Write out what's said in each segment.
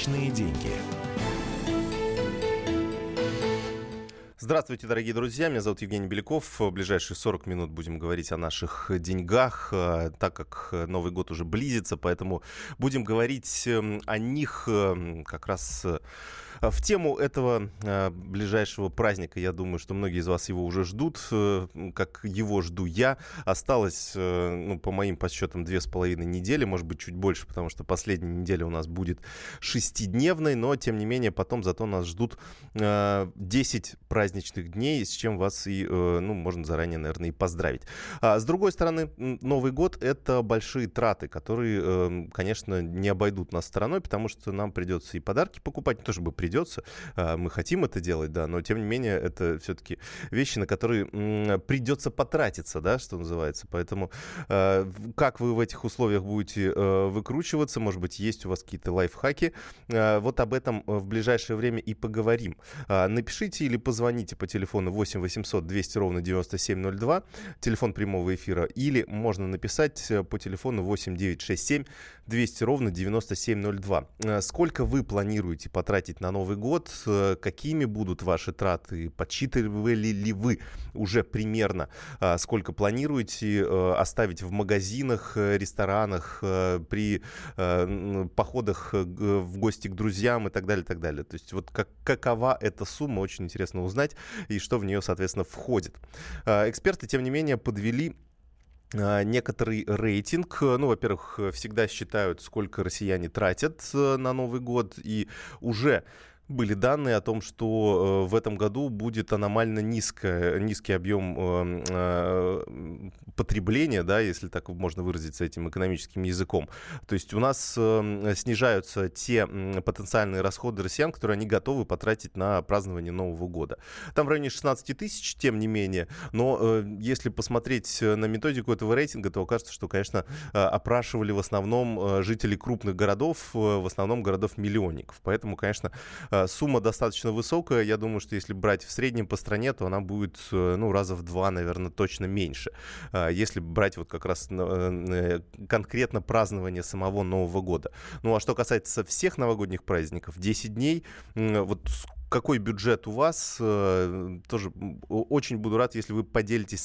Личные деньги. Здравствуйте, дорогие друзья. Меня зовут Евгений Беляков. В ближайшие 40 минут будем говорить о наших деньгах, так как Новый год уже близится, поэтому будем говорить о них как раз в тему этого ближайшего праздника. Я думаю, что многие из вас его уже ждут, как его жду я. Осталось, по моим подсчетам, 2,5 недели, может быть, чуть больше, потому что последняя неделя у нас будет 6-дневной, но, тем не менее, потом зато нас ждут 10 праздничных дней, с чем вас и, можно заранее, наверное, и поздравить. С другой стороны, Новый год — это большие траты, которые, конечно, не обойдут нас стороной, потому что нам придется и подарки покупать, не то чтобы придется, мы хотим это делать, да, но, тем не менее, это все-таки вещи, на которые придется потратиться, да, что называется. Поэтому как вы в этих условиях будете выкручиваться, может быть, есть у вас какие-то лайфхаки, вот об этом в ближайшее время и поговорим. Напишите или позвоните по телефону 8 800 200 ровно 9702, телефон прямого эфира, или можно написать по телефону 8 967 200 ровно 9702. Сколько вы планируете потратить на Новый год? Какими будут ваши траты? Подсчитывали ли вы уже примерно, сколько планируете оставить в магазинах, ресторанах, при походах в гости к друзьям и так далее, так далее? То есть вот какова эта сумма, очень интересно узнать, и что в нее, соответственно, входит. Эксперты, тем не менее, подвели некоторый рейтинг. Во-первых, всегда считают, сколько россияне тратят на Новый год, и уже были данные о том, что в этом году будет аномально низкий объем потребления, да, если так можно выразиться этим экономическим языком. То есть у нас снижаются те потенциальные расходы россиян, которые они готовы потратить на празднование Нового года. Там в районе 16 тысяч, тем не менее. Но если посмотреть на методику этого рейтинга, то окажется, что, конечно, опрашивали в основном жителей крупных городов, в основном городов-миллионников. Поэтому, конечно, сумма достаточно высокая. Я думаю, что если брать в среднем по стране, то она будет, раза в 2, наверное, точно меньше. Если брать вот как раз конкретно празднование самого Нового года. А что касается всех новогодних праздников, 10 дней, вот какой бюджет у вас, тоже очень буду рад, если вы поделитесь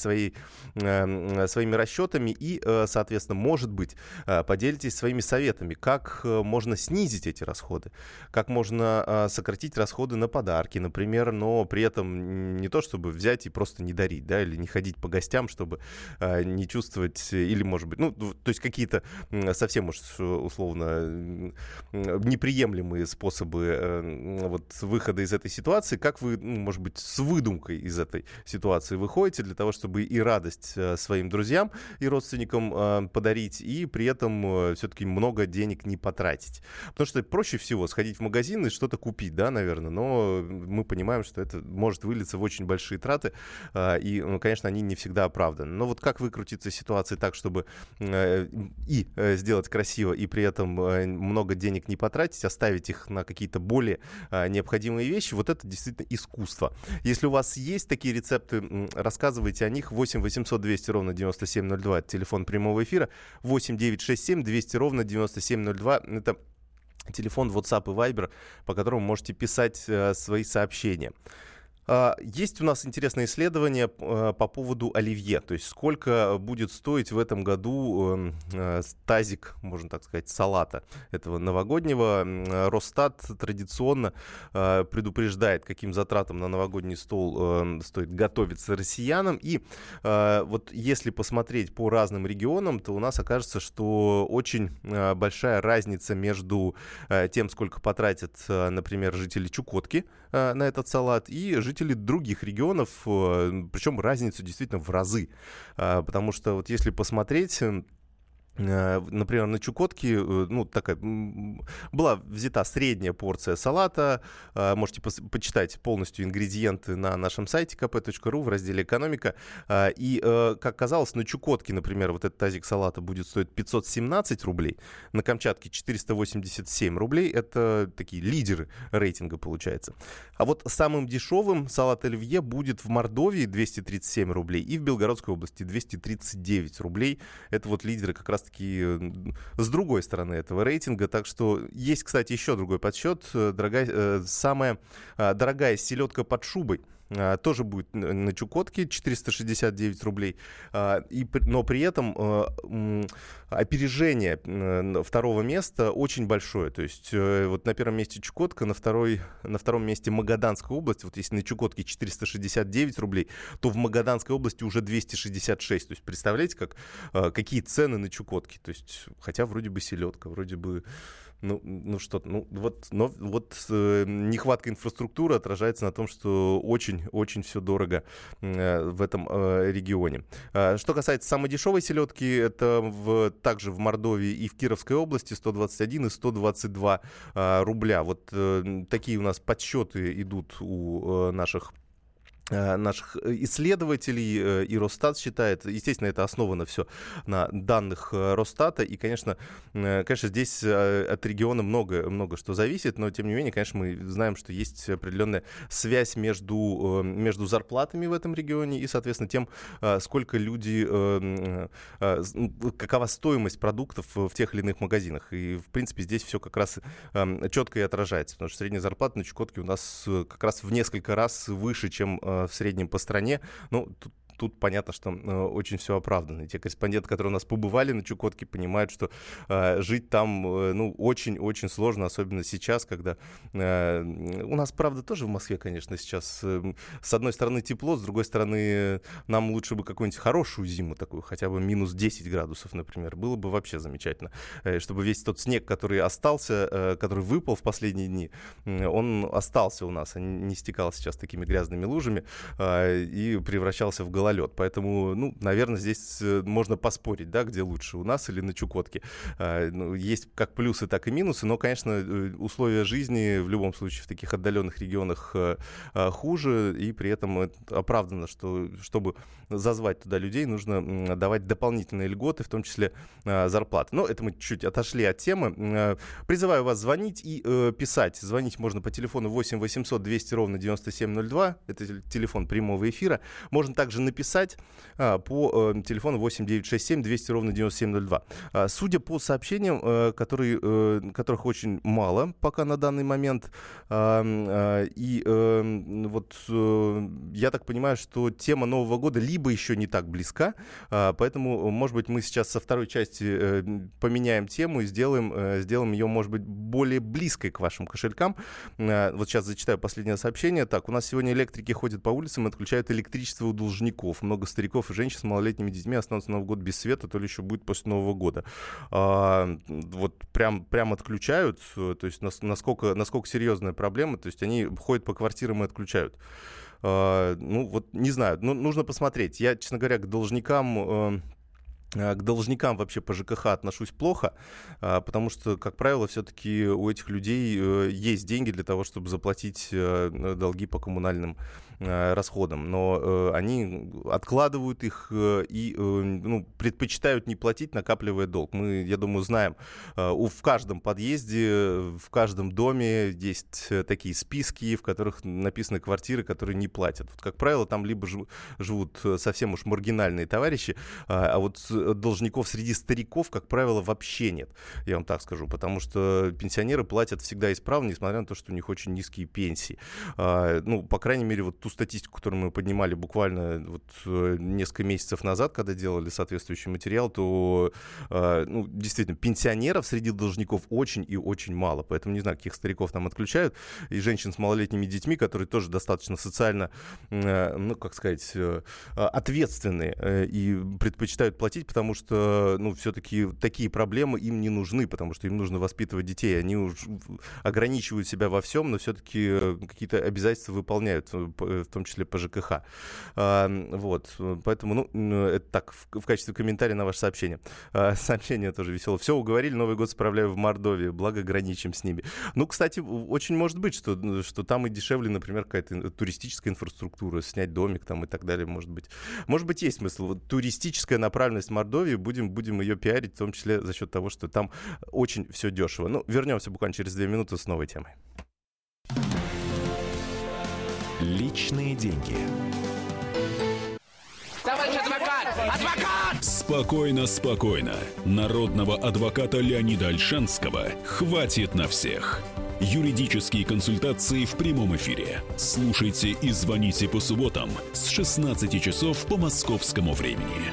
своими расчетами и, соответственно, может быть, поделитесь своими советами, как можно снизить эти расходы, как можно сократить расходы на подарки, например, но при этом не то, чтобы взять и просто не дарить, да, или не ходить по гостям, чтобы не чувствовать, или, может быть, то есть какие-то совсем уж условно неприемлемые способы выхода из этой ситуации, как вы, может быть, с выдумкой из этой ситуации выходите для того, чтобы и радость своим друзьям и родственникам подарить, и при этом все-таки много денег не потратить. Потому что проще всего сходить в магазин и что-то купить, да, наверное, но мы понимаем, что это может вылиться в очень большие траты, и, конечно, они не всегда оправданы. Но вот как выкрутиться из ситуации так, чтобы и сделать красиво, и при этом много денег не потратить, оставить их на какие-то более необходимые вещи, вот это действительно искусство. Если у вас есть такие рецепты, рассказывайте о них. 8 800 200 ровно 9702, это телефон прямого эфира. 8 967 200 ровно 9702, это телефон WhatsApp и Viber, по которому можете писать свои сообщения. Есть у нас интересное исследование по поводу оливье, то есть сколько будет стоить в этом году тазик, можно так сказать, салата этого новогоднего. Росстат традиционно предупреждает, каким затратам на новогодний стол стоит готовиться россиянам. И вот если посмотреть по разным регионам, то у нас окажется, что очень большая разница между тем, сколько потратят, например, жители Чукотки на этот салат, и жители других регионов, причем разница действительно в разы. Потому что вот если посмотреть, например, на Чукотке, такая была взята средняя порция салата. Можете почитать полностью ингредиенты на нашем сайте kp.ru в разделе «Экономика». И, как оказалось, на Чукотке, например, вот этот тазик салата будет стоить 517 рублей, на Камчатке 487 рублей. Это такие лидеры рейтинга, получается. А вот самым дешевым салат оливье будет в Мордовии 237 рублей и в Белгородской области 239 рублей. Это вот лидеры как раз раз-таки с другой стороны этого рейтинга. Так что есть, кстати, еще другой подсчет. Самая дорогая селедка под шубой тоже будет на Чукотке, 469 рублей. Но при этом опережение второго места очень большое. То есть вот на первом месте Чукотка, на втором месте Магаданская область. Вот если на Чукотке 469 рублей, то в Магаданской области уже 266. То есть представляете, какие цены на Чукотке. То есть, хотя вроде бы селедка, вроде бы... нехватка инфраструктуры отражается на том, что очень все дорого в этом регионе. Что касается самой дешевой селедки, это также в Мордовии и в Кировской области 121 и 122 рубля. Вот такие у нас подсчеты идут у наших исследователей, и Росстат считает, естественно, это основано все на данных Росстата, и, конечно, здесь от региона много что зависит, но, тем не менее, конечно, мы знаем, что есть определенная связь между зарплатами в этом регионе и, соответственно, тем, сколько люди, какова стоимость продуктов в тех или иных магазинах. И, в принципе, здесь все как раз четко и отражается, потому что средняя зарплата на Чукотке у нас как раз в несколько раз выше, чем в среднем по стране. Тут понятно, что очень все оправдано. И те корреспонденты, которые у нас побывали на Чукотке, понимают, что жить там очень-очень сложно, особенно сейчас, когда у нас, правда, тоже в Москве, конечно, сейчас с одной стороны тепло, с другой стороны нам лучше бы какую-нибудь хорошую зиму такую, хотя бы минус 10 градусов, например, было бы вообще замечательно. Чтобы весь тот снег, который остался, который выпал в последние дни, он остался у нас, а не стекал сейчас такими грязными лужами и превращался в гололед. Поэтому, наверное, здесь можно поспорить, да, где лучше, у нас или на Чукотке. Есть как плюсы, так и минусы, но, конечно, условия жизни в любом случае в таких отдаленных регионах хуже, и при этом это оправдано, что чтобы зазвать туда людей, нужно давать дополнительные льготы, в том числе зарплаты. Но это мы чуть отошли от темы. Призываю вас звонить и писать. Звонить можно по телефону 8 800 200 ровно 9702. Это телефон прямого эфира. Можно также написать по телефону 8 967 200 ровно 9702. Судя по сообщениям, которых очень мало пока на данный момент, и вот я так понимаю, что тема Нового года либо еще не так близка, поэтому, может быть, мы сейчас со второй части поменяем тему и сделаем ее, может быть, более близкой к вашим кошелькам. Вот сейчас зачитаю последнее сообщение. Так, у нас сегодня электрики ходят по улицам и отключают электричество у должников. Много стариков и женщин с малолетними детьми останутся на Новый год без света, то ли еще будет после Нового года. Вот прям отключают, то есть насколько серьезная проблема, то есть они ходят по квартирам и отключают. Не знаю, нужно посмотреть. Я, честно говоря, к должникам вообще по ЖКХ отношусь плохо, потому что, как правило, все-таки у этих людей есть деньги для того, чтобы заплатить долги по коммунальным расходам, но они откладывают их и предпочитают не платить, накапливая долг. Мы, я думаю, знаем, в каждом подъезде, в каждом доме есть такие списки, в которых написаны квартиры, которые не платят. Вот, как правило, там либо живут совсем уж маргинальные товарищи, а вот должников среди стариков, как правило, вообще нет, я вам так скажу, потому что пенсионеры платят всегда исправно, несмотря на то, что у них очень низкие пенсии. По крайней мере, вот ту статистику, которую мы поднимали буквально несколько месяцев назад, когда делали соответствующий материал, то действительно пенсионеров среди должников очень и очень мало, поэтому не знаю, каких стариков там отключают, и женщин с малолетними детьми, которые тоже достаточно социально, ответственные и предпочитают платить, потому что, все-таки такие проблемы им не нужны, потому что им нужно воспитывать детей. Они уж ограничивают себя во всем, но все-таки какие-то обязательства выполняют, в том числе по ЖКХ. Поэтому, это так, в качестве комментария на ваше сообщение. Сообщение тоже веселое. Все, уговорили, Новый год справляю в Мордовии, благо граничим с ними. Кстати, очень может быть, что там и дешевле, например, какая-то туристическая инфраструктура, снять домик там и так далее, может быть. Может быть, есть смысл. Вот туристическая направленность Мордовии, будем ее пиарить, в том числе за счет того, что там очень все дешево. Вернемся буквально через 2 минуты с новой темой. Личные деньги. Товарищ адвокат! Спокойно, спокойно. Народного адвоката Леонида Ольшанского хватит на всех. Юридические консультации в прямом эфире. Слушайте и звоните по субботам с 16 часов по московскому времени.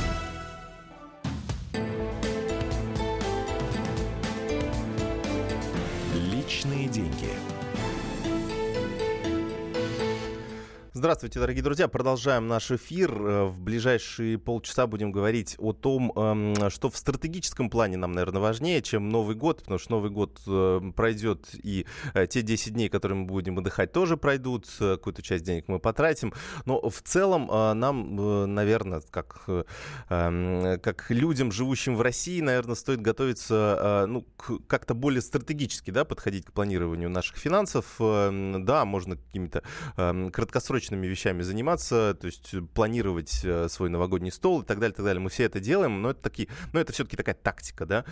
Личные деньги. Здравствуйте, дорогие друзья. Продолжаем наш эфир. В ближайшие полчаса будем говорить о том, что в стратегическом плане нам, наверное, важнее, чем Новый год, потому что Новый год пройдет, и те 10 дней, которые мы будем отдыхать, тоже пройдут. Какую-то часть денег мы потратим. Но в целом нам, наверное, как людям, живущим в России, наверное, стоит готовиться как-то более стратегически, да, подходить к планированию наших финансов. Да, можно какими-то краткосрочными вещами заниматься, то есть планировать свой новогодний стол и так далее, так далее. Мы все это делаем, но это все-таки такая тактика, да,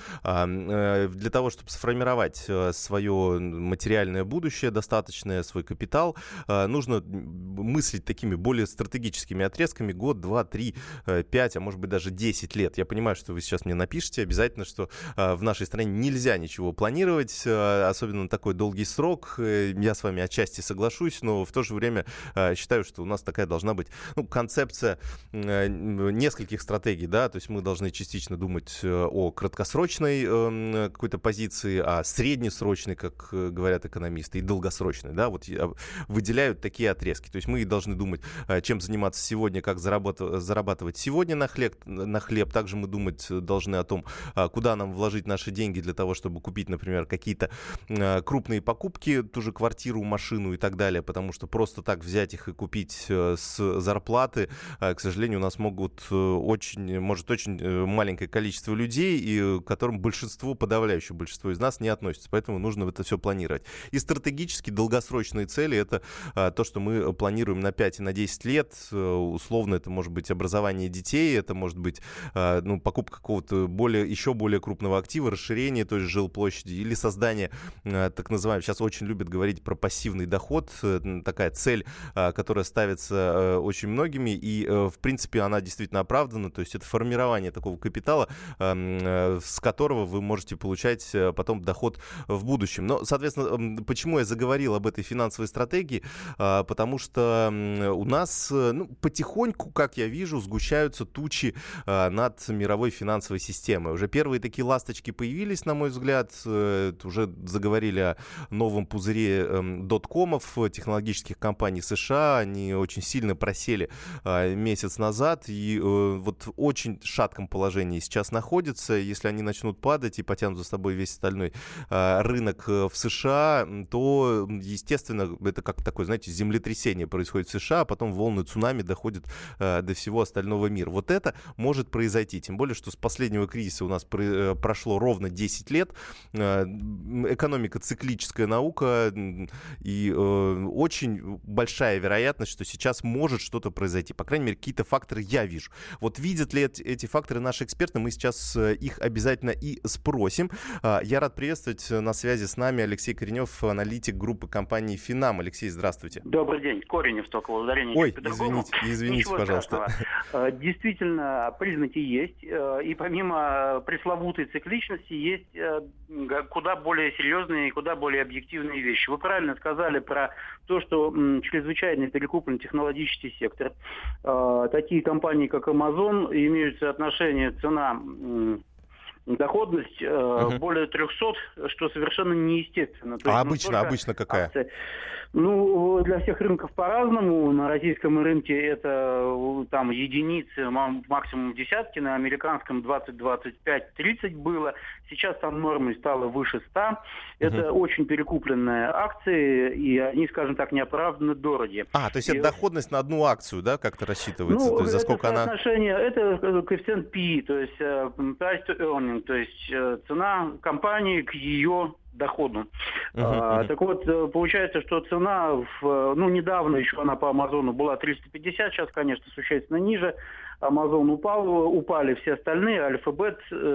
для того, чтобы сформировать свое материальное будущее достаточное, свой капитал, нужно мыслить такими более стратегическими отрезками: год, 2, 3, 5, а может быть даже 10 лет. Я понимаю, что вы сейчас мне напишите обязательно, что в нашей стране нельзя ничего планировать, особенно на такой долгий срок. Я с вами отчасти соглашусь, но в то же время считаю, что у нас такая должна быть концепция нескольких стратегий, да, то есть мы должны частично думать о краткосрочной какой-то позиции, о среднесрочной, как говорят экономисты, и долгосрочной, да, вот выделяют такие отрезки. То есть мы должны думать, чем заниматься сегодня, как зарабатывать сегодня на хлеб. Также мы думать должны о том, куда нам вложить наши деньги для того, чтобы купить, например, какие-то крупные покупки, ту же квартиру, машину и так далее, потому что просто так взять их и купить с зарплаты, к сожалению, у нас может очень маленькое количество людей, и к которым подавляющее большинство из нас не относится. Поэтому нужно это все планировать. И стратегически долгосрочные цели — это то, что мы планируем на 5 и на 10 лет. Условно, это может быть образование детей, это может быть покупка какого-то еще более крупного актива, расширение той же жилплощади или создание так называемого, сейчас очень любят говорить про пассивный доход, такая цель, которая ставится очень многими, и, в принципе, она действительно оправдана. То есть это формирование такого капитала, с которого вы можете получать потом доход в будущем. Но, соответственно, почему я заговорил об этой финансовой стратегии? Потому что у нас потихоньку, как я вижу, сгущаются тучи над мировой финансовой системой. Уже первые такие ласточки появились, на мой взгляд. Уже заговорили о новом пузыре доткомов, технологических компаний США. Они очень сильно просели месяц назад, и вот в очень шатком положении сейчас находятся. Если они начнут падать и потянут за собой весь остальной рынок в США, то, естественно, это как такое, знаете, землетрясение происходит в США, а потом волны цунами доходят до всего остального мира. Вот это может произойти. Тем более, что с последнего кризиса у нас прошло ровно 10 лет. Экономика — циклическая наука, и очень большая вероятность, что сейчас может что-то произойти. По крайней мере, какие-то факторы я вижу. Вот видят ли эти факторы наши эксперты? Мы сейчас их обязательно и спросим. Я рад приветствовать на связи с нами Алексей Коренев, аналитик группы компании «Финам». Алексей, здравствуйте. Добрый день. Коренев, только ударение. Ой, извините, пожалуйста. Действительно, признаки есть. И помимо пресловутой цикличности есть куда более серьезные и куда более объективные вещи. Вы правильно сказали про то, что чрезвычайно перекуплен технологический сектор. Такие компании, как Amazon, имеют соотношение цена-доходность более 300, что совершенно неестественно. То есть, обычно какая? Акции. Для всех рынков по-разному. На российском рынке это там единицы, максимум десятки, на американском 20, 25, 30 было. Сейчас там нормой стало выше 100. Это очень перекупленные акции, и они, скажем так, неоправданно дороги. То есть это доходность на одну акцию, да, как-то рассчитывается? То есть за сколько она... Это коэффициент PE, то есть price to earning, то есть цена компании к ее доходу. Так вот, получается, что цена недавно еще она по Амазону была 350, сейчас, конечно, существенно ниже. Amazon упали все остальные, Alphabet,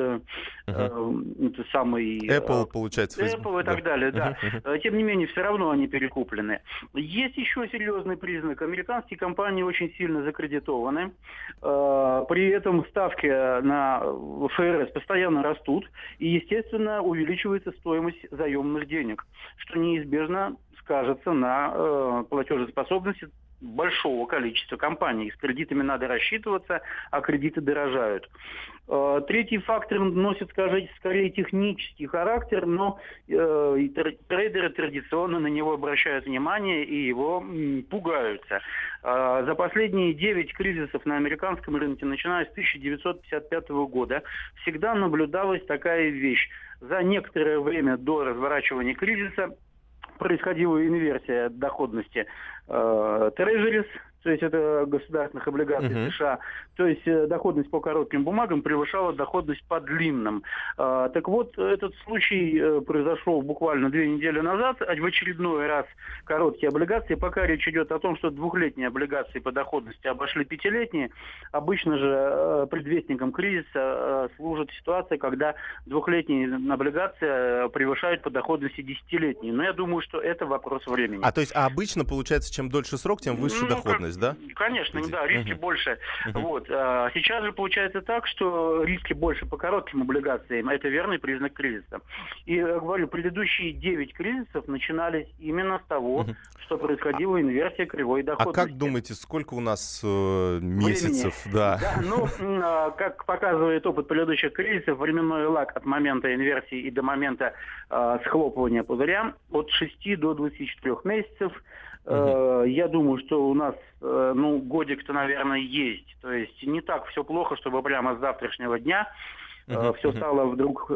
самый... Apple, получается, Facebook. Apple и так далее, да. Тем не менее, все равно они перекуплены. Есть еще серьезный признак. Американские компании очень сильно закредитованы. При этом ставки на ФРС постоянно растут. И, естественно, увеличивается стоимость заемных денег, что неизбежно скажется на платежеспособности большого количества компаний. С кредитами надо рассчитываться, а кредиты дорожают. Третий фактор носит, скорее технический характер, но трейдеры традиционно на него обращают внимание и его пугаются. За последние 9 кризисов на американском рынке, начиная с 1955 года, всегда наблюдалась такая вещь. За некоторое время до разворачивания кризиса происходила инверсия доходности трежерис, то есть это государственных облигаций США, то есть доходность по коротким бумагам превышала доходность по длинным. Так вот, этот случай произошел буквально 2 недели назад, а в очередной раз короткие облигации, пока речь идет о том, что двухлетние облигации по доходности обошли 5-летние, обычно же предвестником кризиса служит ситуация, когда двухлетние облигации превышают по доходности 10-летние. Но я думаю, что это вопрос времени. То есть обычно, получается, чем дольше срок, тем выше доходность, да? Конечно, да, риски больше. Вот. Сейчас же получается так, что риски больше по коротким облигациям. Это верный признак кризиса. И, говорю, предыдущие 9 кризисов начинались именно с того, что происходила инверсия кривой доходности. А как думаете, сколько у нас месяцев? Времени? Да, как показывает опыт предыдущих кризисов, временной лаг от момента инверсии и до момента схлопывания пузыря от 6 до 24 месяцев. Я думаю, что у нас, годик-то, наверное, есть. То есть не так все плохо, чтобы прямо с завтрашнего дня все стало вдруг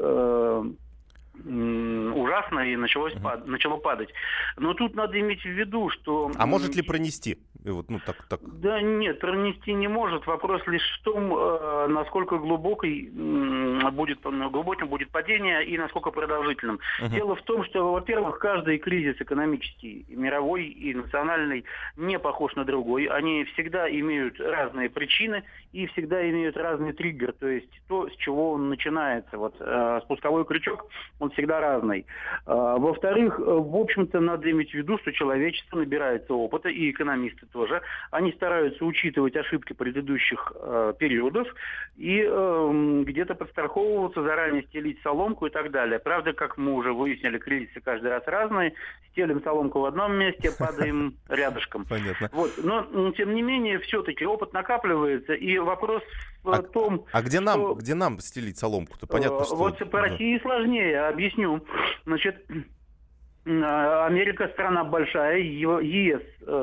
ужасно и начало падать. Но тут надо иметь в виду, что... А может ли пронести? Так. Да нет, пронести не может. Вопрос лишь в том, насколько глубоким будет падение и насколько продолжительным. Дело в том, что, во-первых, каждый кризис экономический, мировой и национальный, не похож на другой. Они всегда имеют разные причины и всегда имеют разный триггер. То есть то, с чего он начинается. Спусковой крючок, он всегда разный. Во-вторых, в общем-то, надо иметь в виду, что человечество набирается опыта, и экономисты тоже. Они стараются учитывать ошибки предыдущих периодов и где-то подстраховываться, заранее стелить соломку и так далее. Правда, как мы уже выяснили, кризисы каждый раз разные. Стелим соломку в одном месте, падаем рядышком. Понятно. Но, тем не менее, все-таки опыт накапливается, и вопрос в том... Где нам стелить соломку-то? Понятно, что... По России сложнее, объясню. Значит, Америка страна большая, ЕС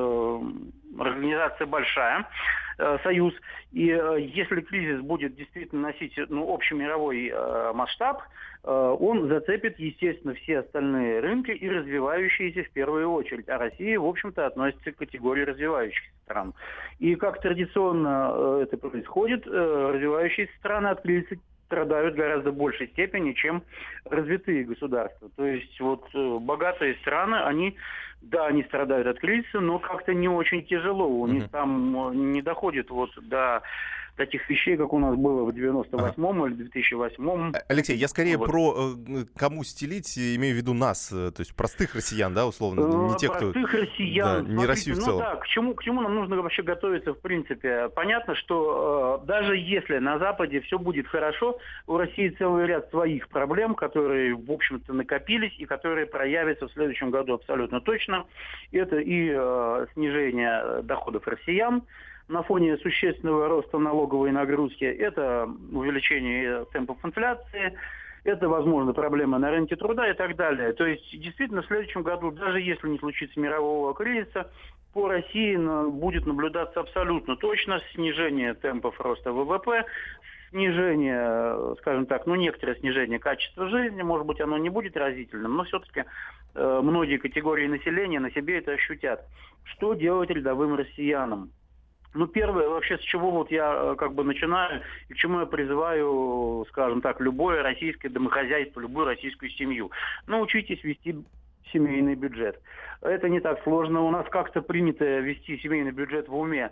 организация большая, союз. И если кризис будет действительно носить общемировой масштаб, он зацепит, естественно, все остальные рынки и развивающиеся в первую очередь. А Россия, в общем-то, относится к категории развивающихся стран. И как традиционно это происходит, развивающиеся страны от кризиса страдают в гораздо большей степени, чем развитые государства. То есть богатые страны, они страдают от кризиса, но как-то не очень тяжело. У них там не доходит до таких вещей, как у нас было в 98-м или 2008-м. Алексей, я скорее про кому стелить, имею в виду нас, то есть простых россиян, да, условно, не тех, кто... Простых россиян. Да, не Россию в целом. К чему нам нужно вообще готовиться, в принципе? Понятно, что даже если на Западе все будет хорошо, у России целый ряд своих проблем, которые, в общем-то, накопились и которые проявятся в следующем году абсолютно точно. Это и снижение доходов россиян на фоне существенного роста налоговой нагрузки, это увеличение темпов инфляции, это, возможно, проблемы на рынке труда и так далее. То есть, действительно, в следующем году, даже если не случится мирового кризиса, по России будет наблюдаться абсолютно точно снижение темпов роста ВВП, снижение, скажем так, некоторое снижение качества жизни, может быть, оно не будет разительным, но все-таки многие категории населения на себе это ощутят. Что делать рядовым россиянам? Первое, вообще, с чего я начинаю, и к чему я призываю, скажем так, любое российское домохозяйство, любую российскую семью. Научитесь вести семейный бюджет. Это не так сложно. У нас как-то принято вести семейный бюджет в уме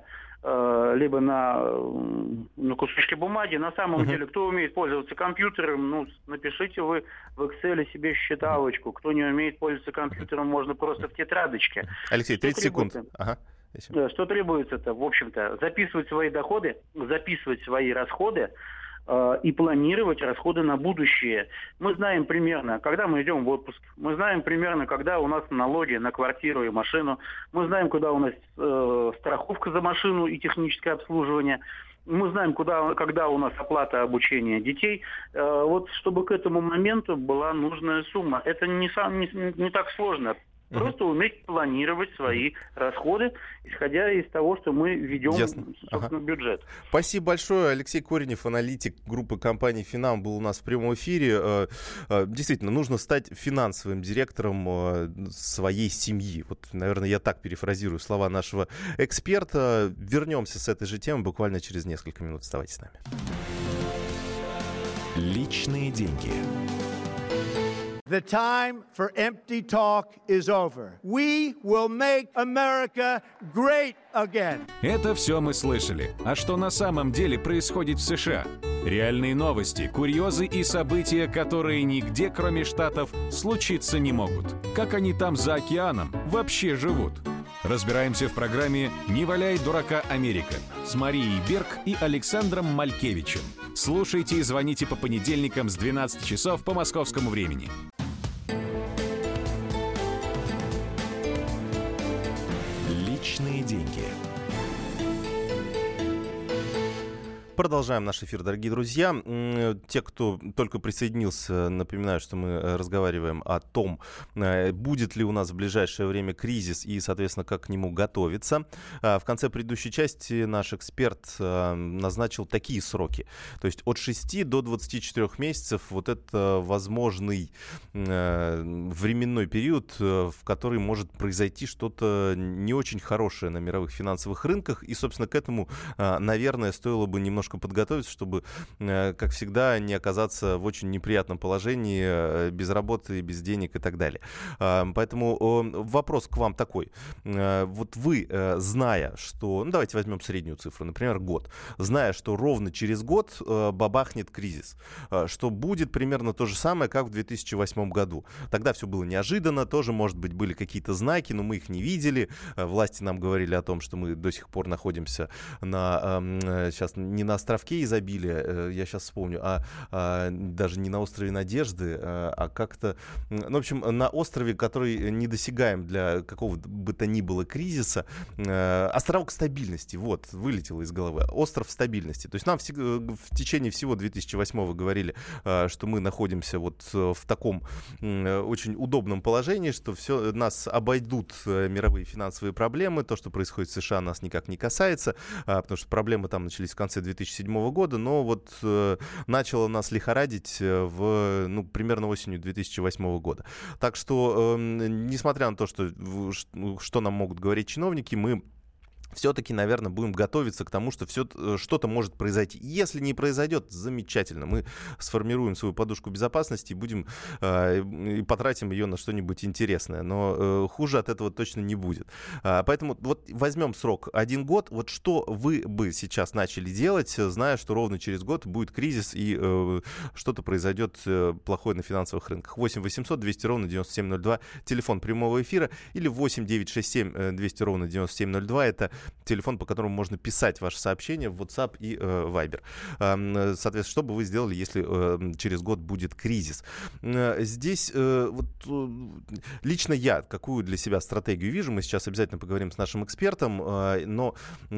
либо на кусочке бумаги. На самом деле, кто умеет пользоваться компьютером, напишите вы в Excel себе считалочку. Кто не умеет пользоваться компьютером, можно просто в тетрадочке. Алексей, 30 секунд. Ага. Что требуется-то? В общем-то, записывать свои доходы, записывать свои расходы, и планировать расходы на будущее. Мы знаем примерно, когда мы идем в отпуск, мы знаем примерно, когда у нас налоги на квартиру и машину, мы знаем, куда у нас страховка за машину и техническое обслуживание, мы знаем, когда у нас оплата обучения детей. Вот чтобы к этому моменту была нужная сумма. Это не так сложно. Просто уметь планировать свои расходы, исходя из того, что мы ведем, собственно, бюджет. Спасибо большое. Алексей Коренев, аналитик группы компании «Финам», был у нас в прямом эфире. Действительно, нужно стать финансовым директором своей семьи. Вот, наверное, я так перефразирую слова нашего эксперта. Вернемся с этой же темой буквально через несколько минут. Оставайтесь с нами. Личные деньги. The time for empty talk is over. We will make America great again. Это все мы слышали. А что на самом деле происходит в США? Реальные новости, курьезы и события, которые нигде, кроме Штатов, случиться не могут. Как они там за океаном вообще живут? Разбираемся в программе «Не валяй дурака, Америка» с Марией Берг и Александром Малькевичем. Слушайте и звоните по понедельникам с 12 часов по московскому времени. Личные деньги. Продолжаем наш эфир, дорогие друзья. Те, кто только присоединился, напоминаю, что мы разговариваем о том, будет ли у нас в ближайшее время кризис и, соответственно, как к нему готовиться. В конце предыдущей части наш эксперт назначил такие сроки. То есть от 6 до 24 месяцев вот это возможный временной период, в который может произойти что-то не очень хорошее на мировых финансовых рынках. И, собственно, к этому, наверное, стоило бы немножко подготовиться, чтобы, как всегда, не оказаться в очень неприятном положении, без работы, без денег и так далее. Поэтому вопрос к вам такой. Вот вы, зная, что... давайте возьмем среднюю цифру, например, год. Зная, что ровно через год бабахнет кризис, что будет примерно то же самое, как в 2008 году. Тогда все было неожиданно, тоже, может быть, были какие-то знаки, но мы их не видели. Власти нам говорили о том, что мы до сих пор находимся сейчас не на островке изобилия, я сейчас вспомню, даже не на острове Надежды, а как-то, в общем, на острове, который недосягаем для какого бы то ни было кризиса. Островок стабильности, вот, вылетело из головы. Остров стабильности. То есть нам в течение всего 2008-го говорили, что мы находимся вот в таком очень удобном положении, что нас обойдут мировые финансовые проблемы, то, что происходит в США, нас никак не касается, потому что проблемы там начались в конце 2007 года, но вот начало нас лихорадить примерно осенью 2008 года. Так что, несмотря на то, что нам могут говорить чиновники, мы все-таки, наверное, будем готовиться к тому, что что-то может произойти. Если не произойдет, замечательно. Мы сформируем свою подушку безопасности и будем и потратим ее на что-нибудь интересное. Но хуже от этого точно не будет. Поэтому вот возьмем срок 1 год. Вот что вы бы сейчас начали делать, зная, что ровно через год будет кризис и что-то произойдет плохое на финансовых рынках. 8 800 200 ровно 9702. Телефон прямого эфира. Или 8 967 200 ровно 9702. Это телефон, по которому можно писать ваши сообщения в WhatsApp и Viber. Соответственно, что бы вы сделали, если через год будет кризис? Здесь лично я какую для себя стратегию вижу. Мы сейчас обязательно поговорим с нашим экспертом, но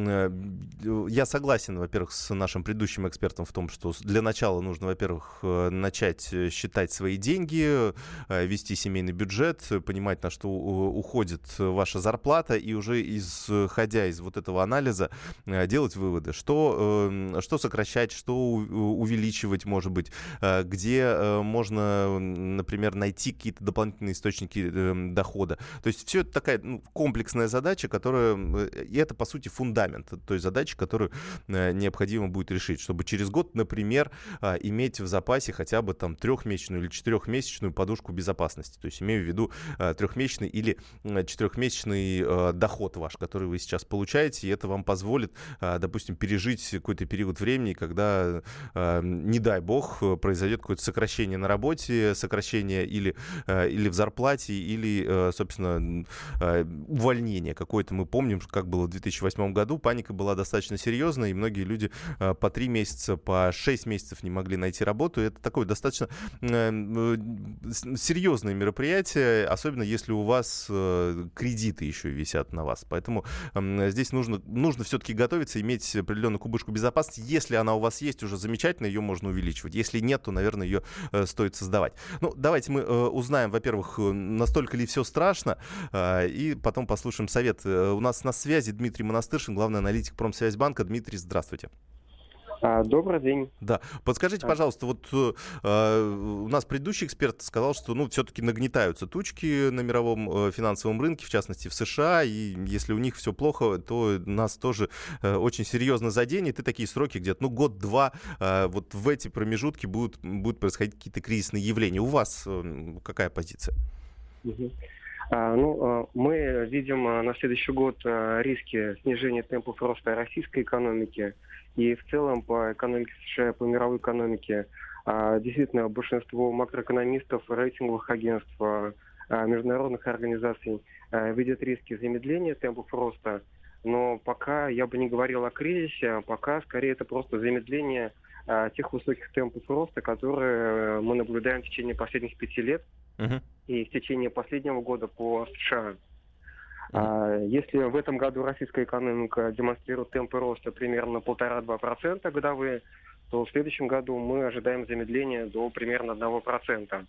я согласен, во-первых, с нашим предыдущим экспертом в том, что для начала нужно, во-первых, начать считать свои деньги, вести семейный бюджет, понимать, на что уходит ваша зарплата, и уже исходя из вот этого анализа делать выводы, что сокращать, что увеличивать, может быть, где можно, например, найти какие-то дополнительные источники дохода. То есть все это такая комплексная задача, и это, по сути, фундамент той задачи, которую необходимо будет решить, чтобы через год, например, иметь в запасе хотя бы там 3-месячную или 4-месячную подушку безопасности. То есть имею в виду 3-месячный или 4-месячный доход ваш, который вы сейчас получаете. получаете, и это вам позволит, допустим, пережить какой-то период времени, когда, не дай бог, произойдет какое-то сокращение на работе, сокращение или в зарплате, или, собственно, увольнение какое-то. Мы помним, как было в 2008 году, паника была достаточно серьезная, и многие люди по 3 месяца, по 6 месяцев не могли найти работу. Это такое достаточно серьезное мероприятие, особенно если у вас кредиты еще висят на вас. Поэтому здесь нужно все-таки готовиться, иметь определенную кубышку безопасности. Если она у вас есть, уже замечательно, ее можно увеличивать. Если нет, то, наверное, ее стоит создавать. Ну, давайте мы узнаем, во-первых, настолько ли все страшно, и потом послушаем совет. У нас на связи Дмитрий Монастыршин, главный аналитик Промсвязьбанка. Дмитрий, здравствуйте. Добрый день. Да. Подскажите, пожалуйста, вот у нас предыдущий эксперт сказал, что все-таки нагнетаются тучки на мировом финансовом рынке, в частности в США, и если у них все плохо, то нас тоже очень серьезно заденет, и такие сроки где-то, год-два, вот в эти промежутки будут происходить какие-то кризисные явления. У вас какая позиция? Мы видим на следующий год риски снижения темпов роста российской экономики и в целом по экономике США, по мировой экономике. Действительно, большинство макроэкономистов, рейтинговых агентств, международных организаций видят риски замедления темпов роста, но пока я бы не говорил о кризисе, пока скорее это просто замедление тех высоких темпов роста, которые мы наблюдаем в течение последних 5 лет. И в течение последнего года по США. Если в этом году российская экономика демонстрирует темпы роста примерно 1,5-2% годовые, то в следующем году мы ожидаем замедления до примерно 1%.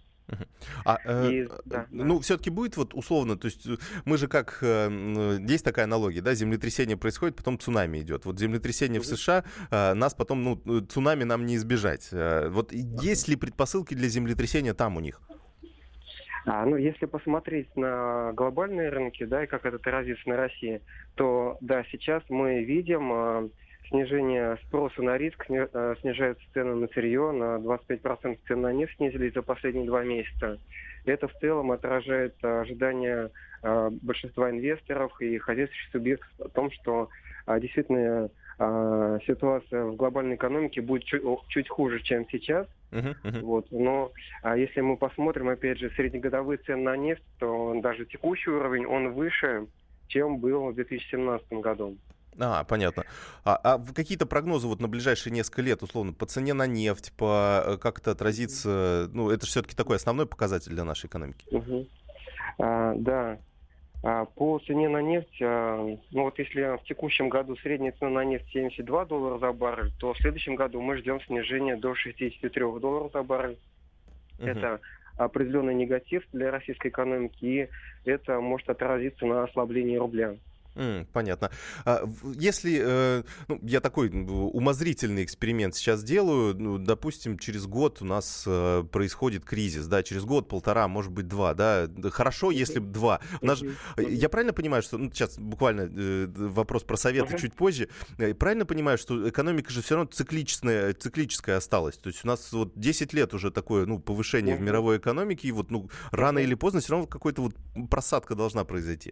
Все-таки будет условно, то есть мы же есть такая аналогия, да, землетрясение происходит, потом цунами идет. Вот землетрясение в США, нас потом, цунами нам не избежать. Вот есть ли предпосылки для землетрясения там у них? Если посмотреть на глобальные рынки, да, и как это отразится на России, то, да, сейчас мы видим снижение спроса на риск, снижаются цены на сырье, на 25% цены на нефть снизились за последние 2 месяца. Это в целом отражает ожидания большинства инвесторов и хозяйствующих субъектов о том, что действительно ситуация в глобальной экономике будет чуть хуже, чем сейчас. Но если мы посмотрим, опять же, среднегодовые цены на нефть, то даже текущий уровень, он выше, чем был в 2017 году. Понятно. Какие-то прогнозы на ближайшие несколько лет, условно, по цене на нефть, как это отразится? Это же все-таки такой основной показатель для нашей экономики. Да. По цене на нефть, если в текущем году средняя цена на нефть $72 за баррель, то в следующем году мы ждем снижения до $63 за баррель. Это определенный негатив для российской экономики, и это может отразиться на ослаблении рубля. Понятно. Если, я такой умозрительный эксперимент сейчас делаю, допустим, через год у нас происходит кризис, да, через год, 1,5, может быть, 2, да, хорошо, если 2. Я правильно понимаю, что, сейчас буквально вопрос про советы чуть позже, правильно понимаю, что экономика же все равно циклическая осталась, то есть у нас 10 лет уже такое, повышение в мировой экономике, и рано или поздно все равно какая-то просадка должна произойти.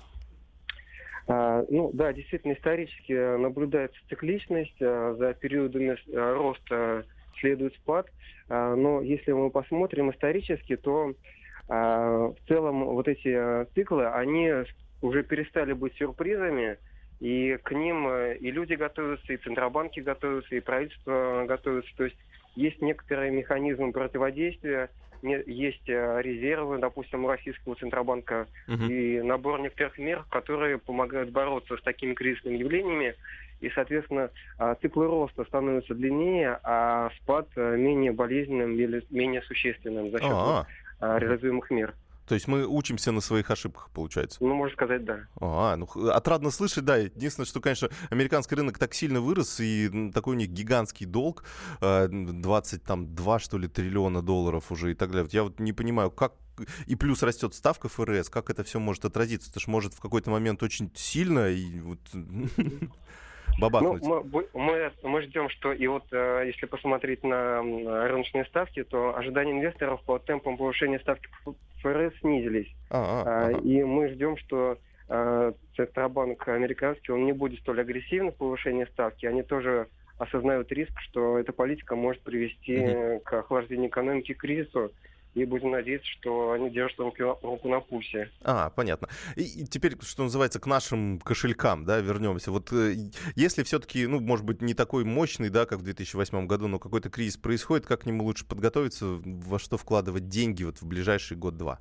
Да, действительно, исторически наблюдается цикличность, за периодами роста следует спад, но если мы посмотрим исторически, то в целом эти циклы, они уже перестали быть сюрпризами, и к ним и люди готовятся, и центробанки готовятся, и правительство готовится, то есть некоторые механизмы противодействия, есть резервы, допустим, у российского Центробанка, и набор некоторых мер, которые помогают бороться с такими кризисными явлениями. И, соответственно, циклы роста становятся длиннее, а спад менее болезненным или менее существенным за счет реализуемых мер. То есть мы учимся на своих ошибках, получается? Можно сказать, да. Отрадно слышать, да. Единственное, что, конечно, американский рынок так сильно вырос, и такой у них гигантский долг, 22, что ли, триллиона долларов уже и так далее. Я не понимаю, как... И плюс растет ставка ФРС, как это все может отразиться? Это же может в какой-то момент очень сильно и бабахнуть. Мы ждем, что если посмотреть на рыночные ставки, то ожидания инвесторов по темпам повышения ставки ФРС снизились. И мы ждем, что Центробанк американский, он не будет столь агрессивен в повышении ставки. Они тоже осознают риск, что эта политика может привести к охлаждению экономики, к кризису. И будем надеяться, что они держат руку на пульсе. Понятно. И теперь, что называется, к нашим кошелькам, да, вернемся. Вот если все-таки, может быть, не такой мощный, да, как в 2008 году, но какой-то кризис происходит, как к нему лучше подготовиться, во что вкладывать деньги в ближайший год-два?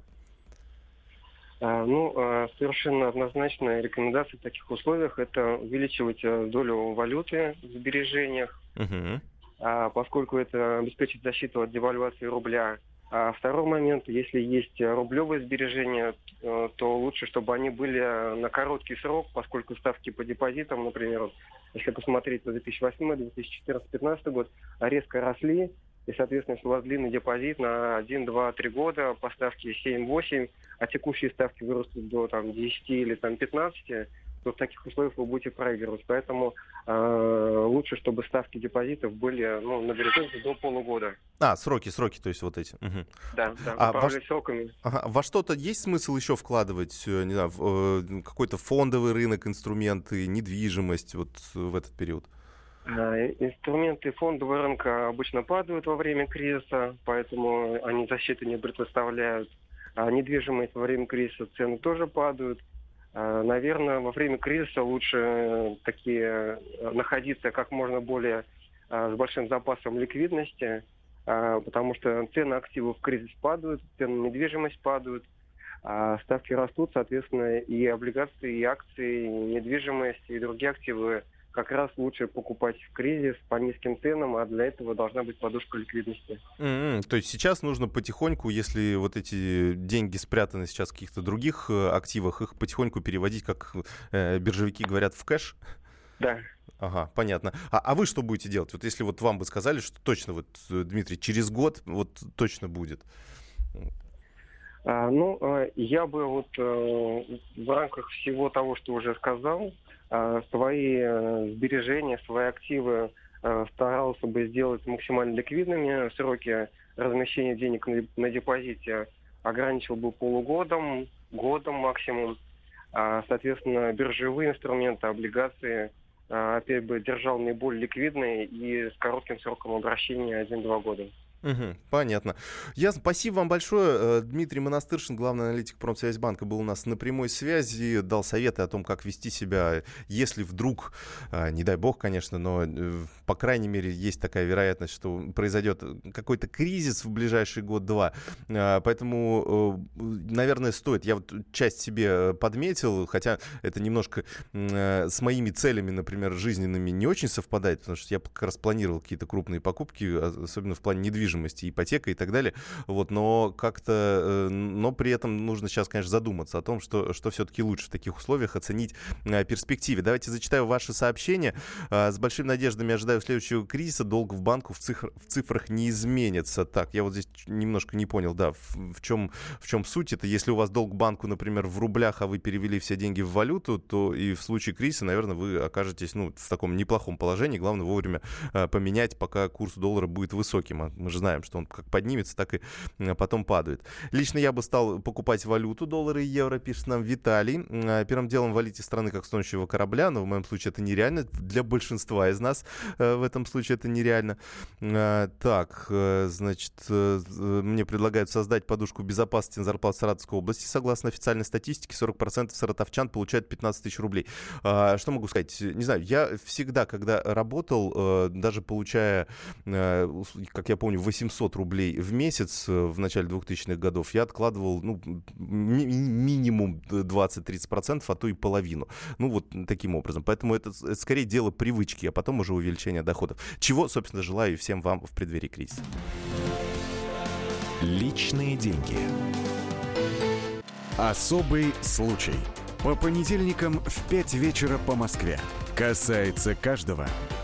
Совершенно однозначная рекомендация в таких условиях — это увеличивать долю валюты в сбережениях, поскольку это обеспечит защиту от девальвации рубля. А второй момент, если есть рублевые сбережения, то лучше, чтобы они были на короткий срок, поскольку ставки по депозитам, например, если посмотреть на 2008, 2014, 2015 год, резко росли. И, соответственно, если у вас длинный депозит на 1, 2, 3 года по ставке 7-8, а текущие ставки вырастут до 10 или 15, то в таких условиях вы будете проигрывать. Поэтому лучше, чтобы ставки депозитов были на горизонте до полугода. Сроки, то есть вот эти. Да, управлять сроками. Во что-то есть смысл еще вкладывать, не знаю, в какой-то фондовый рынок, инструменты, недвижимость вот в этот период? Инструменты фондового рынка обычно падают во время кризиса, поэтому они защиты не предоставляют. А недвижимость во время кризиса цены тоже падают. Наверное, во время кризиса лучше находиться как можно более с большим запасом ликвидности, потому что цены активов в кризис падают, цены на недвижимость падают, ставки растут, соответственно, и облигации, и акции, и недвижимость, и другие активы как раз лучше покупать в кризис по низким ценам, а для этого должна быть подушка ликвидности. То есть сейчас нужно потихоньку, если вот эти деньги спрятаны сейчас в каких-то других активах, их потихоньку переводить, как биржевики говорят, в кэш? Да. Ага, понятно. А вы что будете делать? Вот если вот вам бы сказали, что точно, Дмитрий, через год точно будет. Я бы в рамках всего того, что уже сказал, свои сбережения, свои активы старался бы сделать максимально ликвидными. Сроки размещения денег на депозите ограничил бы полугодом, годом максимум. Соответственно, биржевые инструменты, облигации опять бы держал наиболее ликвидные и с коротким сроком обращения 1-2 года. Понятно. Ясно. Спасибо вам большое. Дмитрий Монастыршин, главный аналитик Промсвязьбанка, был у нас на прямой связи, дал советы о том, как вести себя, если вдруг, не дай бог, конечно, но, по крайней мере, есть такая вероятность, что произойдет какой-то кризис в ближайший год-два. Поэтому, наверное, стоит. Я часть себе подметил, хотя это немножко с моими целями, например, жизненными не очень совпадает, потому что я как раз планировал какие-то крупные покупки, особенно в плане недвижимости, ипотека и так далее. Но при этом нужно сейчас, конечно, задуматься о том, что все-таки лучше в таких условиях оценить перспективе. Давайте зачитаю ваши сообщения. С большими надеждами ожидаю следующего кризиса. Долг в банку в цифрах не изменится. Так, я здесь немножко не понял, в чем суть. Это если у вас долг банку, например, в рублях, а вы перевели все деньги в валюту, то и в случае кризиса, наверное, вы окажетесь в таком неплохом положении. Главное вовремя поменять, пока курс доллара будет высоким. Мы же знаем, что он как поднимется, так и потом падает. Лично я бы стал покупать валюту, доллары и евро, пишет нам Виталий. Первым делом валить из страны как с тонущего корабля, но в моем случае это нереально. Для большинства из нас в этом случае это нереально. Мне предлагают создать подушку безопасности на зарплату в Саратовской области. Согласно официальной статистике, 40% саратовчан получают 15 тысяч рублей. Что могу сказать? Не знаю, я всегда, когда работал, даже получая, как я помню, 800 рублей в месяц в начале 2000-х годов, я откладывал минимум 20-30%, а то и половину. Таким образом. Поэтому это скорее дело привычки, а потом уже увеличение доходов. Чего, собственно, желаю всем вам в преддверии кризиса. Личные деньги. Особый случай. По понедельникам в 5 вечера по Москве. Касается каждого.